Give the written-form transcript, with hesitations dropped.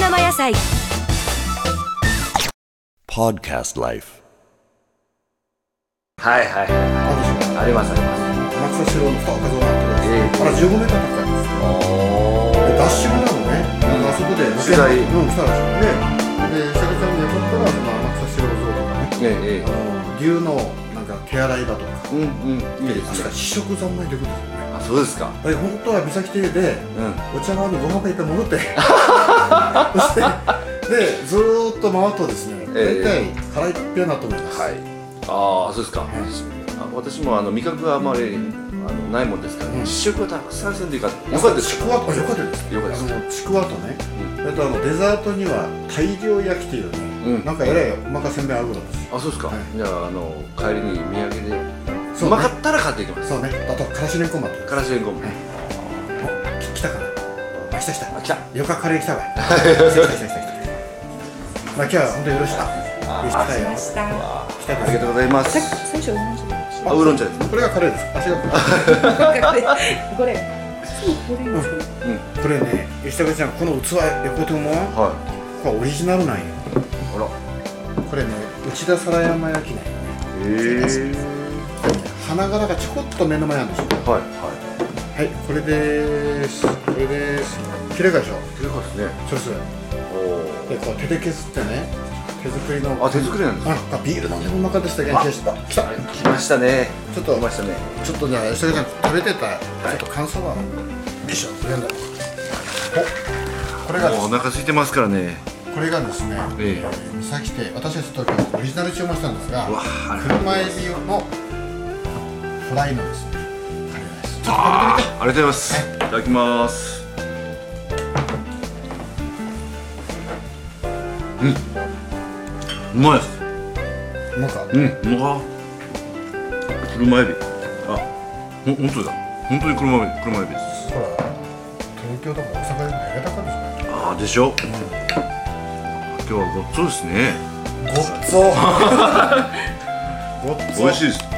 生野菜。 Podcast Life。 はいはい。ありますあります。 松田城の深岡像なんてことです。15メーター高いんですよ。でダッシュ村のね、あそこで取材来たでしょ。で、シャレちゃんの横から松田城像とかね、竜のなんか手洗い場とか、 いいですね。 試食三昧できるんですよね。 あ、そうですか。 本当は三崎邸でお茶碗にご飯がいっぱい戻って、そしてでずーっと回るとですね、大体腹いっぺんだと思います。 はい。ああ、そうですか。私も味覚があまりないもんですから、試食はたくさんせんでいいか。よかったです。 ちくわとよかったです。 よかったです。 ちくわとね、デザートには大量焼きというね、なんかえらいうまかせんべいあぐらです。 あ、そうですか。じゃあ帰りに土産でうまかったら買っていきます。 そうね。あとからしれんこんもあって。 からしれんこんも。 来たかな。あ、来た。 来た。 よかカレー来たわ。来た。まあ今日は本当によろしく。 ありがとうございます。 最初ウーロン茶でした。 ウーロン茶です。 これがカレーです。あ、違う。 これ。 これね、吉高ちゃん、この器横ともは、これオリジナルなんよ。 あら。 これね、内田皿山焼きなんよね。花柄がちょこっと目の前なんですよ。はい、これです。綺麗かでしょ。 綺麗かですね。 そうです。で、こう手で削ってね。手作りの。 あ、手作りなんですか。 ビール飲んでもうまかったしたけど。 来ましたね。 ちょっと来ましたね。 ちょっとじゃあ吉高ちゃん食べてたちょっと感想は。よいしょ。これなんだ。これが。 お腹空いてますからね。 これがですね。三崎邸。私はちょっとオリジナル注文したんですが。車エビのフライのですね。カレーです。ちょっと食べてみて。 ありがとうございます。いただきます。うまいです。 なんか。 車エビ。あ、本当だ。本当に車エビです。 ほら、東京とか大阪よりもやり高いですね。 ああ、でしょ。今日はごっつおですね。 ごっつお。 美味しいです。